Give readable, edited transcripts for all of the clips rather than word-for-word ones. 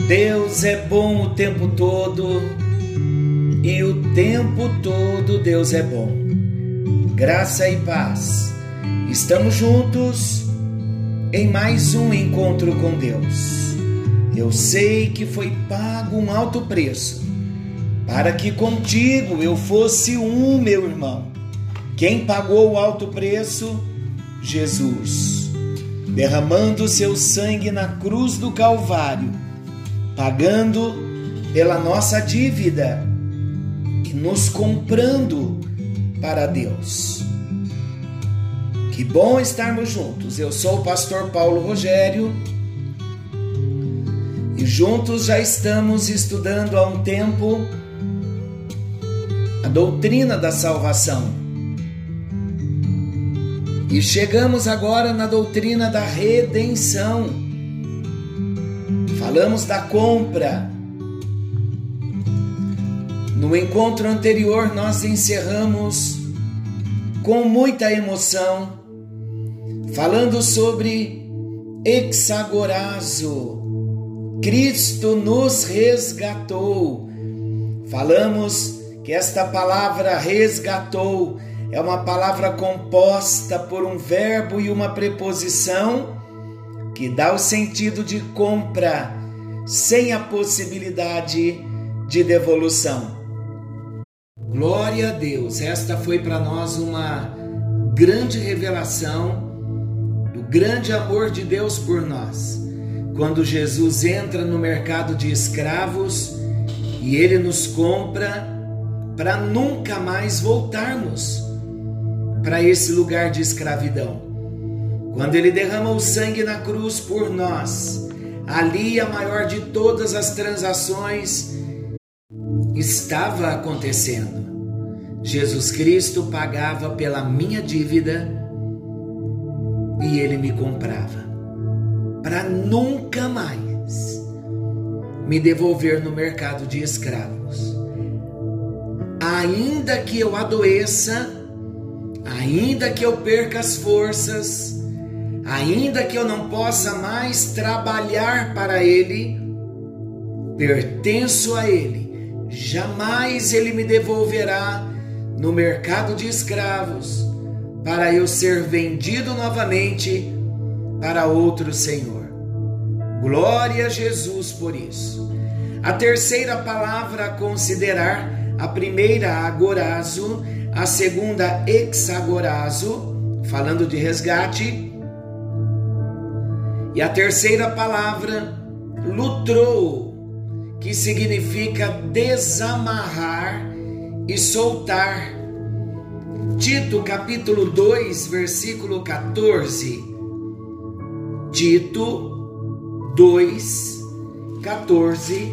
Deus é bom o tempo todo e o tempo todo Deus é bom. Graça e paz. Estamos juntos em mais um encontro com Deus. Eu sei que foi pago um alto preço para que contigo eu fosse um, meu irmão. Quem pagou o alto preço? Jesus, derramando seu sangue na cruz do Calvário, pagando pela nossa dívida e nos comprando para Deus. Que bom estarmos juntos. Eu sou o pastor Paulo Rogério e juntos já estamos estudando há um tempo a doutrina da salvação. E chegamos agora na doutrina da redenção. Falamos da compra. No encontro anterior nós encerramos com muita emoção, falando sobre exagorazo. Cristo nos resgatou. Falamos que esta palavra resgatou é uma palavra composta por um verbo e uma preposição que dá o sentido de compra, sem a possibilidade de devolução. Glória a Deus! Esta foi para nós uma grande revelação do grande amor de Deus por nós. Quando Jesus entra no mercado de escravos e Ele nos compra para nunca mais voltarmos para esse lugar de escravidão. Quando Ele derrama o sangue na cruz por nós, ali a maior de todas as transações estava acontecendo. Jesus Cristo pagava pela minha dívida e Ele me comprava para nunca mais me devolver no mercado de escravos. Ainda que eu adoeça, ainda que eu perca as forças, ainda que eu não possa mais trabalhar para Ele, pertenço a Ele. Jamais Ele me devolverá no mercado de escravos para eu ser vendido novamente para outro Senhor. Glória a Jesus por isso. A terceira palavra a considerar, a primeira agorazo, a segunda exagorazo, falando de resgate, e a terceira palavra lutrou, que significa desamarrar e soltar. Tito capítulo 2, versículo 14. Tito 2, 14.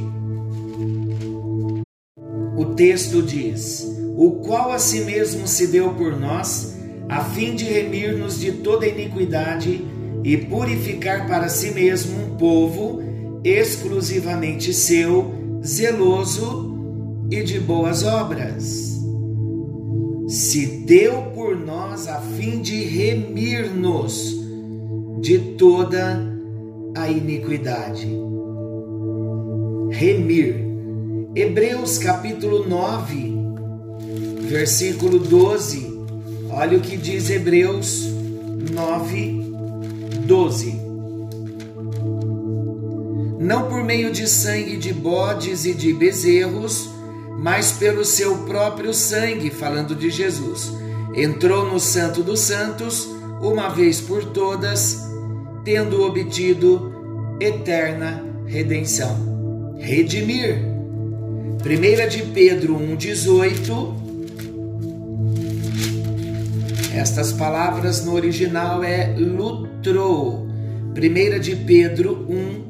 O texto diz: o qual a si mesmo se deu por nós, a fim de remir-nos de toda iniquidade e purificar para si mesmo um povo exclusivamente seu, zeloso e de boas obras. Se deu por nós a fim de remir-nos de toda a iniquidade. Remir. Hebreus capítulo 9, versículo 12. Olha o que diz Hebreus 9, 12. Não por meio de sangue de bodes e de bezerros, mas pelo seu próprio sangue, falando de Jesus, entrou no Santo dos Santos, uma vez por todas, tendo obtido eterna redenção. Redimir. 1 de Pedro 1,18. Estas palavras no original é lutrou. 1 de Pedro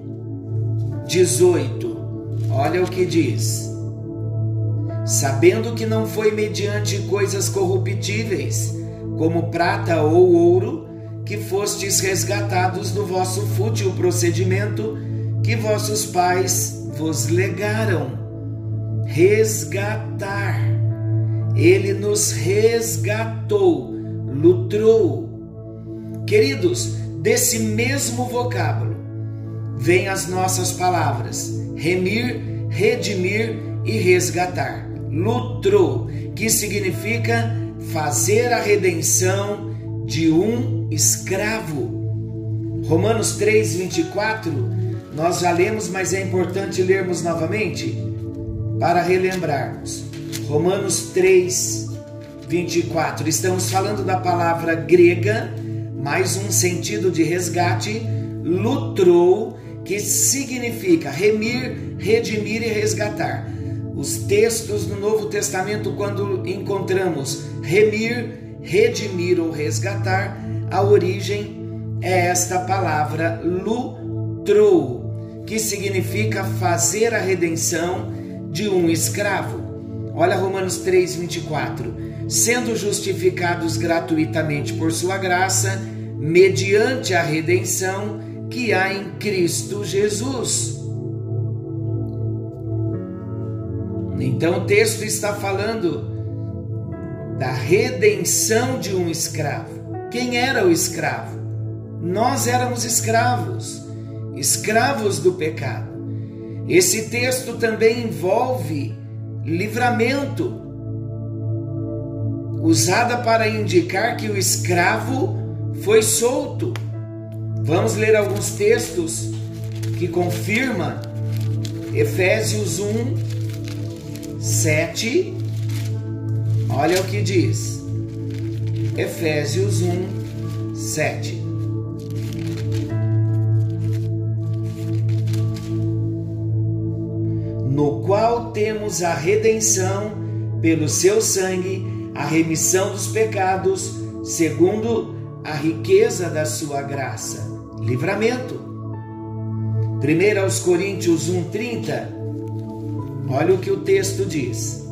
1,18. Olha o que diz: sabendo que não foi mediante coisas corruptíveis, como prata ou ouro, que fostes resgatados do vosso fútil procedimento que vossos pais vos legaram. Resgatar. Ele nos resgatou, lutrou. Queridos, desse mesmo vocábulo vêm as nossas palavras remir, redimir e resgatar. Lutrou, que significa fazer a redenção de um escravo. Romanos 3:24, nós já lemos, mas é importante lermos novamente para relembrarmos. Romanos 3:24, estamos falando da palavra grega, mais um sentido de resgate, lutrou, que significa remir, redimir e resgatar. Os textos do Novo Testamento, quando encontramos remir, redimir ou resgatar, a origem é esta palavra lutrou, que significa fazer a redenção de um escravo. Olha Romanos 3:24, sendo justificados gratuitamente por sua graça, mediante a redenção que há em Cristo Jesus. Então o texto está falando da redenção de um escravo. Quem era o escravo? Nós éramos escravos do pecado. Esse texto também envolve livramento, usada para indicar que o escravo foi solto. Vamos ler alguns textos que confirmam. Efésios 1:7. Olha o que diz. Efésios 1:7. No qual temos a redenção pelo seu sangue, a remissão dos pecados, segundo a riqueza da sua graça. Livramento. 1 Coríntios 1:30. Olha o que o texto diz.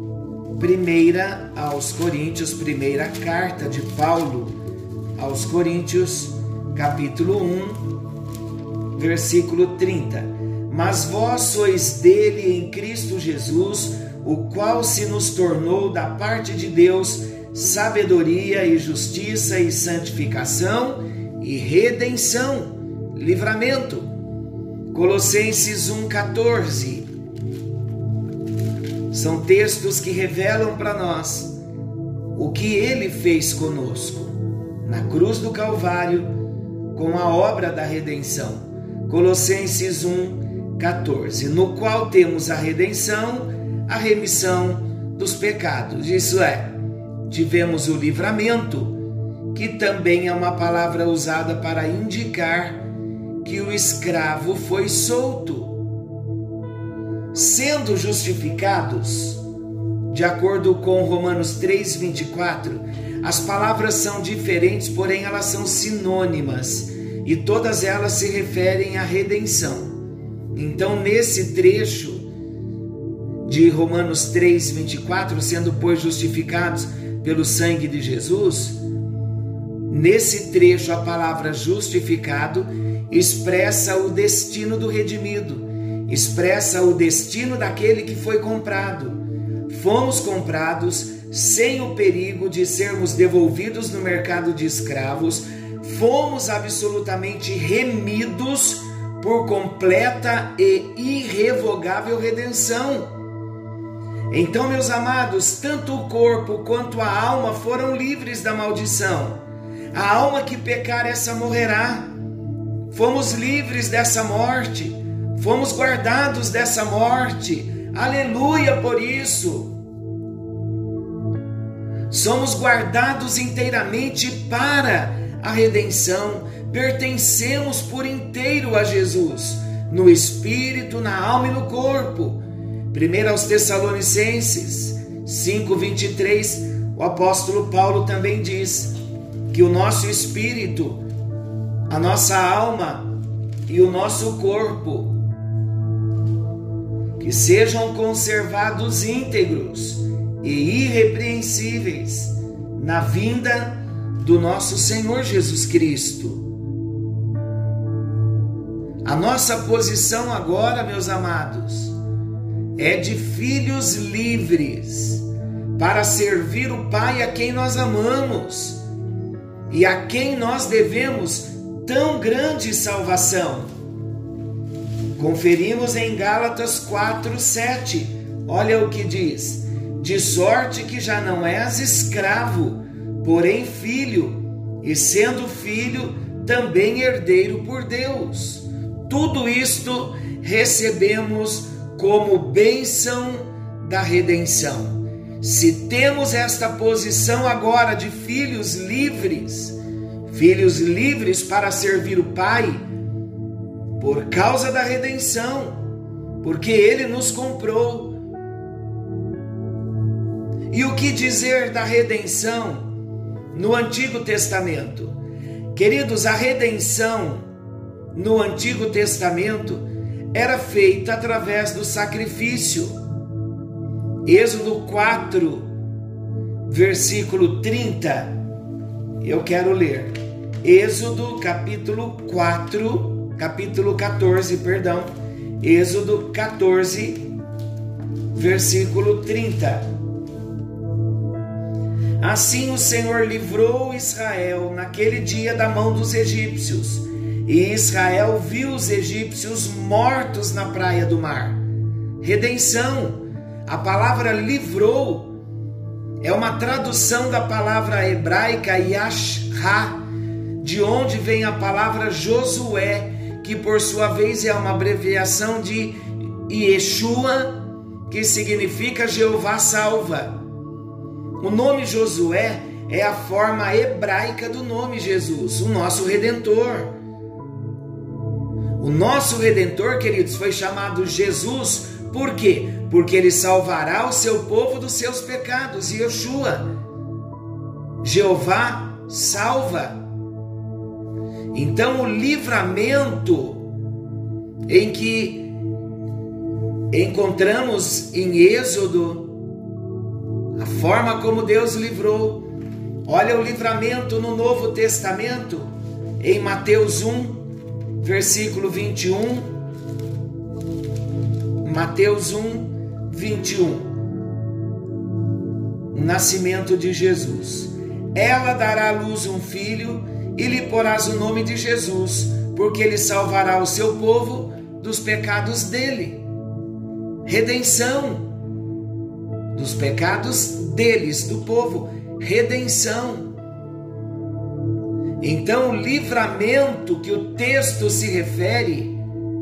1 Coríntios, primeira carta de Paulo aos Coríntios, capítulo 1, versículo 30. Mas vós sois dele em Cristo Jesus, o qual se nos tornou da parte de Deus sabedoria e justiça e santificação e redenção, livramento. Colossenses 1:14. São textos que revelam para nós o que ele fez conosco na cruz do Calvário com a obra da redenção. Colossenses 1:14, no qual temos a redenção, a remissão dos pecados. Isso é, tivemos o livramento, que também é uma palavra usada para indicar que o escravo foi solto. Sendo justificados, de acordo com Romanos 3:24, as palavras são diferentes, porém elas são sinônimas e todas elas se referem à redenção. Então, nesse trecho de Romanos 3:24, sendo pois justificados pelo sangue de Jesus, nesse trecho a palavra justificado expressa o destino do redimido, expressa o destino daquele que foi comprado. Fomos comprados sem o perigo de sermos devolvidos no mercado de escravos, fomos absolutamente remidos por completa e irrevogável redenção. Então, meus amados, tanto o corpo quanto a alma foram livres da maldição. A alma que pecar, essa morrerá. Fomos livres dessa morte, fomos guardados dessa morte. Aleluia por isso. Somos guardados inteiramente para a redenção. Pertencemos por inteiro a Jesus, no espírito, na alma e no corpo. 1 aos Tessalonicenses 5:23, o apóstolo Paulo também diz que o nosso espírito, a nossa alma e o nosso corpo, que sejam conservados íntegros e irrepreensíveis na vinda do nosso Senhor Jesus Cristo. A nossa posição agora, meus amados, é de filhos livres para servir o Pai a quem nós amamos e a quem nós devemos tão grande salvação. Conferimos em Gálatas 4:7. Olha o que diz: de sorte que já não és escravo, porém filho, e sendo filho, também herdeiro por Deus. Tudo isto recebemos como bênção da redenção. Se temos esta posição agora de filhos livres para servir o Pai, por causa da redenção, porque Ele nos comprou. E o que dizer da redenção no Antigo Testamento? Queridos, a redenção no Antigo Testamento era feita através do sacrifício. Êxodo 4, versículo 30, eu quero ler. Êxodo capítulo 14, Êxodo 14, versículo 30. Assim o Senhor livrou Israel naquele dia da mão dos egípcios, e Israel viu os egípcios mortos na praia do mar. Redenção. A palavra livrou é uma tradução da palavra hebraica Yashra, de onde vem a palavra Josué, que por sua vez é uma abreviação de Yeshua, que significa Jeová salva. O nome Josué é a forma hebraica do nome Jesus, o nosso Redentor. O nosso Redentor, queridos, foi chamado Jesus, por quê? Porque Ele salvará o seu povo dos seus pecados, Yeshua. Jeová salva. Então o livramento em que encontramos em Êxodo, a forma como Deus livrou. Olha o livramento no Novo Testamento, em Mateus 1, versículo 21. Mateus 1, 21. O nascimento de Jesus. Ela dará à luz um filho e lhe porás o nome de Jesus, porque ele salvará o seu povo dos pecados dele. Redenção. Dos pecados deles, do povo, redenção. Então, o livramento que o texto se refere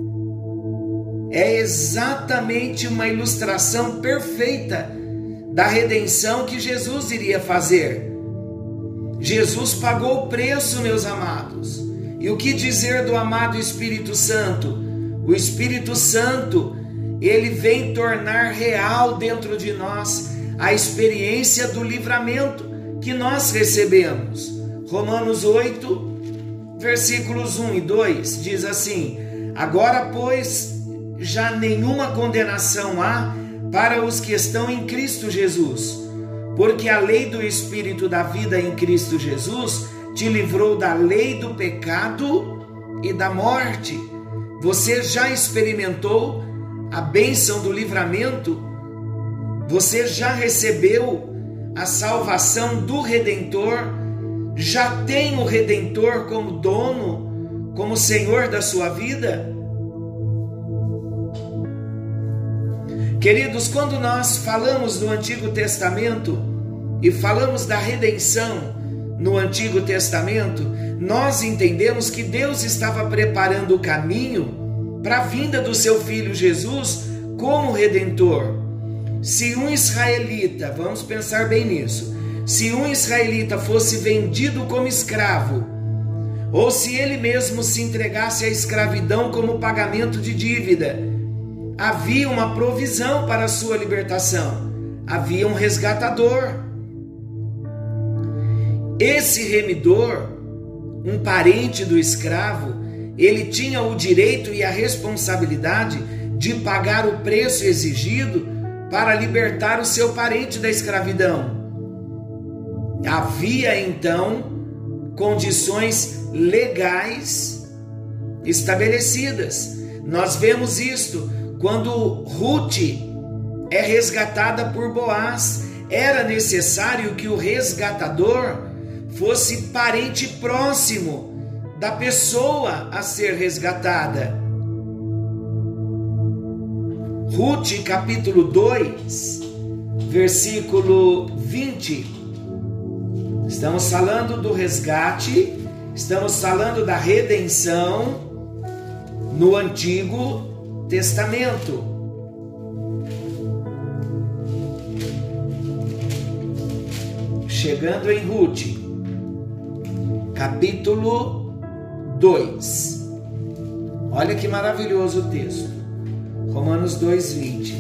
é exatamente uma ilustração perfeita da redenção que Jesus iria fazer. Jesus pagou o preço, meus amados. E o que dizer do amado Espírito Santo? O Espírito Santo, ele vem tornar real dentro de nós a experiência do livramento que nós recebemos. Romanos 8, versículos 1 e 2 diz assim: agora, pois, já nenhuma condenação há para os que estão em Cristo Jesus, porque a lei do Espírito da vida em Cristo Jesus te livrou da lei do pecado e da morte. Você já experimentou a bênção do livramento? Você já recebeu a salvação do Redentor? Já tem o Redentor como dono, como Senhor da sua vida? Queridos, quando nós falamos do Antigo Testamento e falamos da redenção no Antigo Testamento, nós entendemos que Deus estava preparando o caminho para a vinda do seu Filho Jesus como Redentor. Se um israelita, vamos pensar bem nisso, se um israelita fosse vendido como escravo, ou se ele mesmo se entregasse à escravidão como pagamento de dívida, havia uma provisão para a sua libertação, havia um resgatador. Esse remidor, um parente do escravo, ele tinha o direito e a responsabilidade de pagar o preço exigido para libertar o seu parente da escravidão. Havia então condições legais estabelecidas. Nós vemos isto quando Ruth é resgatada por Boaz. Era necessário que o resgatador fosse parente próximo da pessoa a ser resgatada. Ruth, capítulo 2, versículo 20. Estamos falando do resgate, estamos falando da redenção no Antigo Testamento. Chegando em Ruth, capítulo 2. Olha que maravilhoso o texto. Romanos 2:20.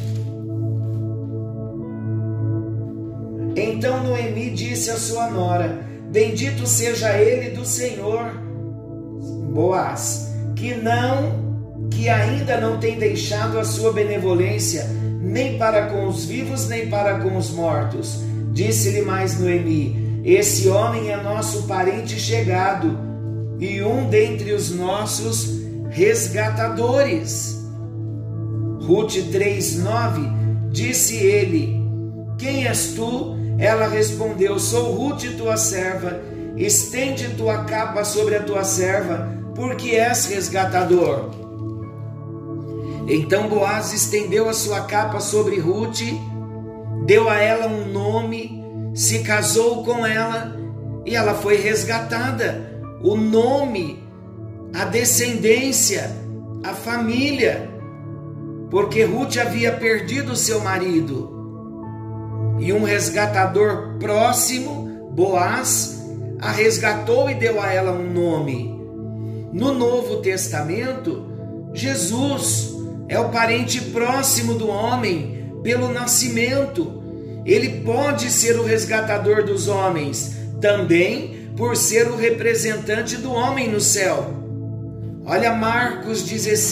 Então Noemi disse à sua nora: bendito seja ele do Senhor, Boaz, que ainda não tem deixado a sua benevolência, nem para com os vivos, nem para com os mortos. Disse-lhe mais Noemi: esse homem é nosso parente chegado e um dentre os nossos resgatadores. Ruth 3:9. Disse ele: quem és tu? Ela respondeu: sou Ruth, tua serva. Estende tua capa sobre a tua serva, porque és resgatador. Então Boaz estendeu a sua capa sobre Ruth, deu a ela um nome, se casou com ela e ela foi resgatada. O nome, a descendência, a família, porque Ruth havia perdido seu marido. E um resgatador próximo, Boaz, a resgatou e deu a ela um nome. No Novo Testamento, Jesus é o parente próximo do homem pelo nascimento. Ele pode ser o resgatador dos homens, também por ser o representante do homem no céu. Olha Marcos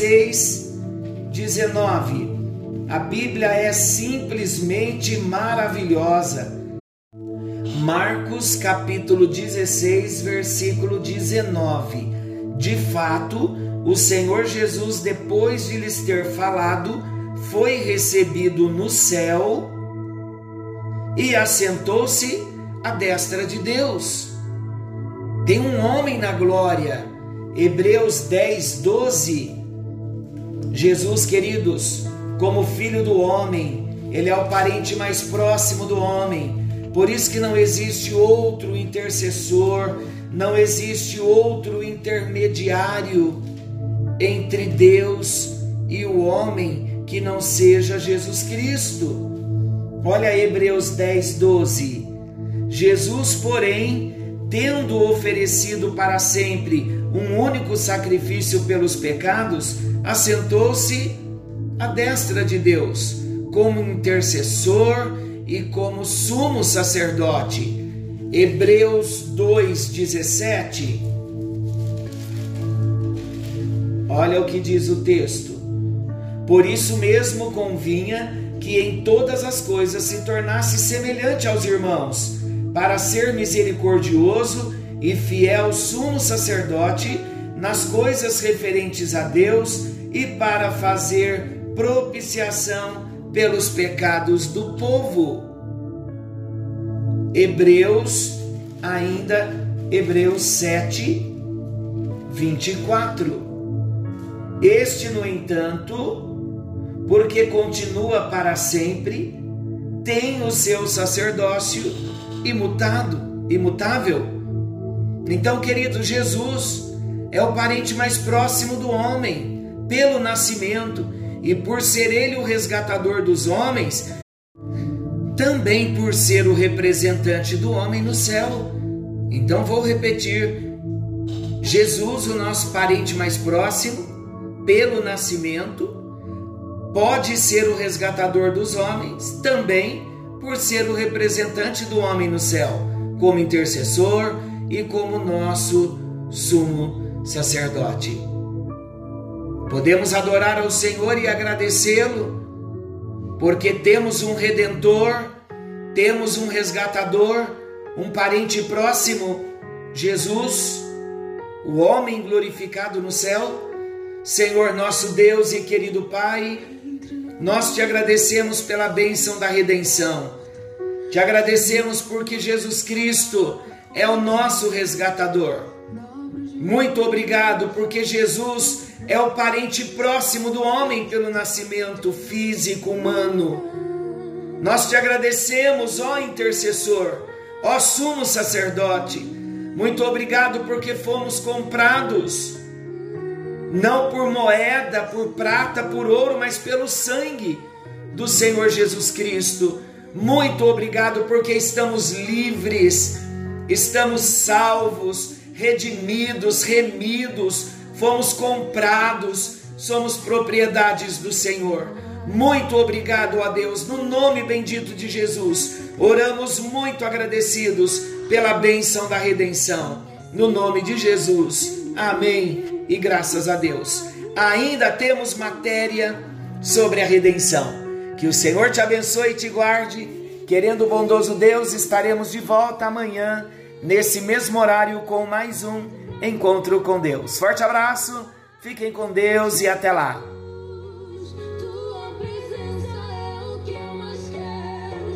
16:19. A Bíblia é simplesmente maravilhosa. Marcos capítulo 16, versículo 19. De fato, o Senhor Jesus, depois de lhes ter falado, foi recebido no céu e assentou-se à destra de Deus. Tem um homem na glória. Hebreus 10:12. Jesus, queridos, como filho do homem, ele é o parente mais próximo do homem. Por isso que não existe outro intercessor, não existe outro intermediário entre Deus e o homem que não seja Jesus Cristo. Olha Hebreus 10:12. Jesus, porém, tendo oferecido para sempre um único sacrifício pelos pecados, assentou-se à destra de Deus, como intercessor e como sumo sacerdote. Hebreus 2:17. Olha o que diz o texto. Por isso mesmo convinha que em todas as coisas se tornasse semelhante aos irmãos, para ser misericordioso e fiel sumo sacerdote nas coisas referentes a Deus e para fazer propiciação pelos pecados do povo. Hebreus 7:24. Este, no entanto, porque continua para sempre, tem o seu sacerdócio imutável. Então, querido, Jesus é o parente mais próximo do homem pelo nascimento, e por ser ele o resgatador dos homens, também por ser o representante do homem no céu. Então vou repetir: Jesus, o nosso parente mais próximo pelo nascimento, pode ser o resgatador dos homens, também por ser o representante do homem no céu, como intercessor e como nosso sumo sacerdote. Podemos adorar ao Senhor e agradecê-lo, porque temos um Redentor, temos um resgatador, um parente próximo, Jesus, o homem glorificado no céu. Senhor nosso Deus e querido Pai, nós te agradecemos pela bênção da redenção. Te agradecemos porque Jesus Cristo é o nosso resgatador. Muito obrigado, porque Jesus é o parente próximo do homem pelo nascimento físico humano. Nós te agradecemos, ó intercessor, ó sumo sacerdote. Muito obrigado porque fomos comprados, não por moeda, por prata, por ouro, mas pelo sangue do Senhor Jesus Cristo. Muito obrigado porque estamos livres, estamos salvos, redimidos, remidos, fomos comprados, somos propriedades do Senhor. Muito obrigado, ó Deus, no nome bendito de Jesus. Oramos muito agradecidos pela bênção da redenção. No nome de Jesus. Amém. E graças a Deus. Ainda temos matéria sobre a redenção. Que o Senhor te abençoe e te guarde. Querendo o bondoso Deus, estaremos de volta amanhã, nesse mesmo horário, com mais um Encontro com Deus. Forte abraço, fiquem com Deus e até lá.